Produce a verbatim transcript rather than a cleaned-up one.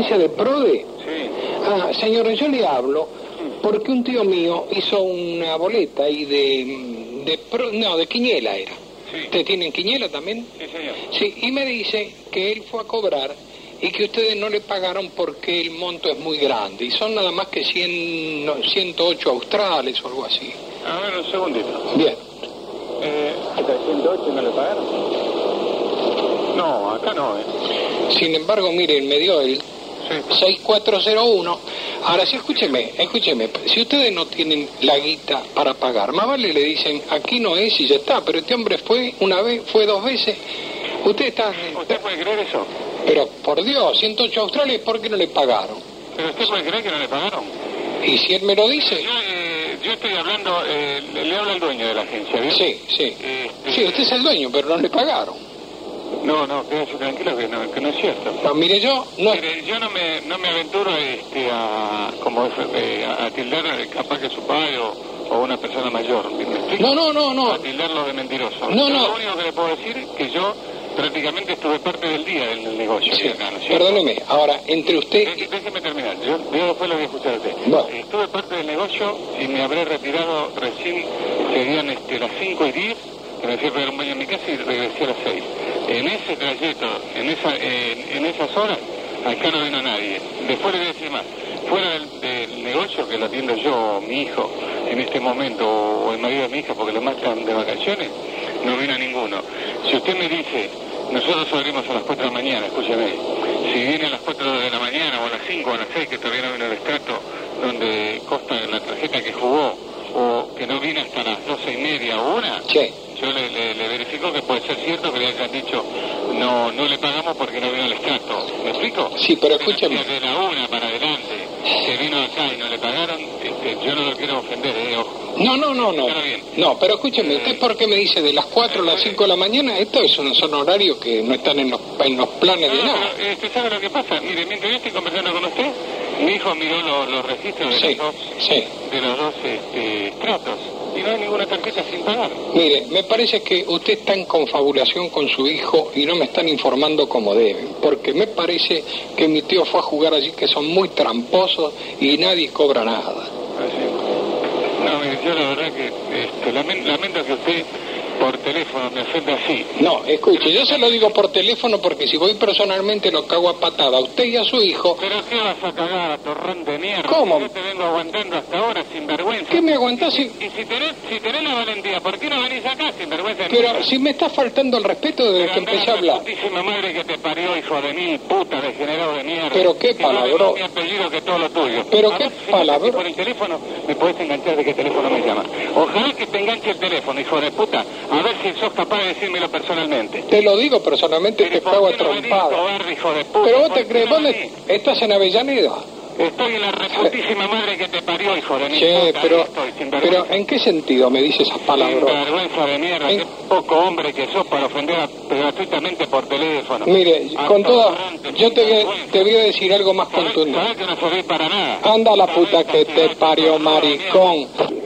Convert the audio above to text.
agencia de Prode? Sí. Ah, señor, yo le hablo porque un tío mío hizo una boleta y de, de pro, no, de Quiniela era. Sí. ¿Ustedes tienen Quiniela también? Sí, señor. Sí, y me dice que él fue a cobrar y que ustedes no le pagaron porque el monto es muy grande y son nada más que cien, no, ciento ocho australes o algo así. A ver, un segundito. Bien. Eh, ¿ciento ocho no le pagaron? No, acá no, ¿eh? Sin embargo, miren, me dio el Sí. seis cuatro cero uno. Ahora sí, escúcheme, escúcheme. Si ustedes no tienen la guita para pagar, más vale le dicen, aquí no es y ya está. Pero este hombre fue una vez, fue dos veces. Usted está... ¿Usted puede creer eso? Pero, por Dios, ciento ocho australes, ¿por qué no le pagaron? ¿Pero usted puede creer que no le pagaron? Y si él me lo dice... Yo, eh, yo estoy hablando, eh, le, le habla el dueño de la agencia, ¿bien? Sí, sí. Este, Sí, usted es el dueño, pero no le pagaron. No, no, quédese tranquilo que no, que no es cierto. No, mire, yo no... Mire, yo no me, no me aventuro este, a, como, eh, a tildar capaz que su padre o, o una persona mayor. ¿Me explico? No, no, no, no. A tildarlo de mentiroso. No, Yo no. Lo único que le puedo decir es que yo prácticamente estuve parte del día en el negocio. Sí, Acá, ¿no es cierto? perdóneme, ahora, entre usted... Deje- Déjeme terminar, yo, yo después lo voy a escuchar a usted. Bueno. Estuve parte del negocio y me habré retirado recién, serían este, las cinco y diez, que me fui a pegar un baño en mi casa y regresé a las seis. En ese trayecto, en, esa, en, en esas horas, acá no vino nadie. Después le voy a decir más, fuera del, del negocio que lo atiendo yo, mi hijo, en este momento, o el marido de mi hija, porque lo matan de vacaciones, no vino ninguno. Si usted me dice, nosotros abrimos a las cuatro de la mañana, escúcheme, si viene a las cuatro de la mañana o a las cinco o a las seis, que todavía no vino el extracto donde consta la tarjeta que jugó, o que no vino hasta las doce y media o una, Sí. yo le, le, le verifico que puede ser cierto que le hayan dicho no no le pagamos porque no vino el extracto. ¿Me explico? Sí, pero escúcheme. Si de la una para adelante que vino acá y no le pagaron, este, yo no lo quiero ofender, eh, ojo. No, no, no, no. Está bien. No, pero escúcheme, ¿usted por qué me dice de las cuatro a las cinco de la mañana? Estos son, son horarios que no están en los, en los planes de No, no, nada. pero, este, ¿sabe lo que pasa? Mire, mientras yo estoy conversando con usted, mi hijo miró lo- los registros de Sí, los dos, sí. de los dos este, estratos y no hay ninguna tarjeta sin pagar. Mire, me parece que usted está en confabulación con su hijo y no me están informando como deben, porque me parece que mi tío fue a jugar allí, que son muy tramposos y nadie cobra nada. Así. No, mire, yo la verdad que este, lamen- lamento que usted por teléfono me ofenda así. No, escuche, yo se lo digo por teléfono porque si voy personalmente lo cago a patada a usted y a su hijo. Pero ¿qué vas a cagar, torrón de mierda? ¿Cómo? Yo te vengo aguantando hasta ahora sin vergüenza. ¿Qué me aguantás si...? Y si tenés, si tenés la valentía, ¿por qué no venís acá sin vergüenza? Pero si me está faltando el respeto desde que empecé a hablar. La putísima madre que te parió, hijo de mil puta, degenerado de mierda. Pero qué Que no palabró. le mi apellido que todo lo tuyo. Pero A qué ver, fíjate palabró. si por el teléfono me podés enganchar de qué teléfono me llamas. Ojalá que te enganche el teléfono, hijo de puta. A ver si sos capaz de decírmelo personalmente. Te lo digo personalmente, te Pero ¿por cago a qué no venís, trompada. cobarde, hijo de puta? Pero vos ¿Por te qué crees, no ¿dónde venís? estás en Avellaneda? Estoy en la reputísima madre que te parió, hijo de mi Che, puta. pero, Ahí estoy, sin vergüenza. pero ¿en qué sentido me dices esas Sin palabras? vergüenza de mierda, En- qué poco hombre que sos para ofender a- gratuitamente por teléfono. Mire, A con toda... torrante, Yo sin te, vergüenza. te voy a decir algo más Sabés- contundente. sabés que no servís para nada. Anda la Sabés puta que te sos parió, un torrón de mierda. maricón.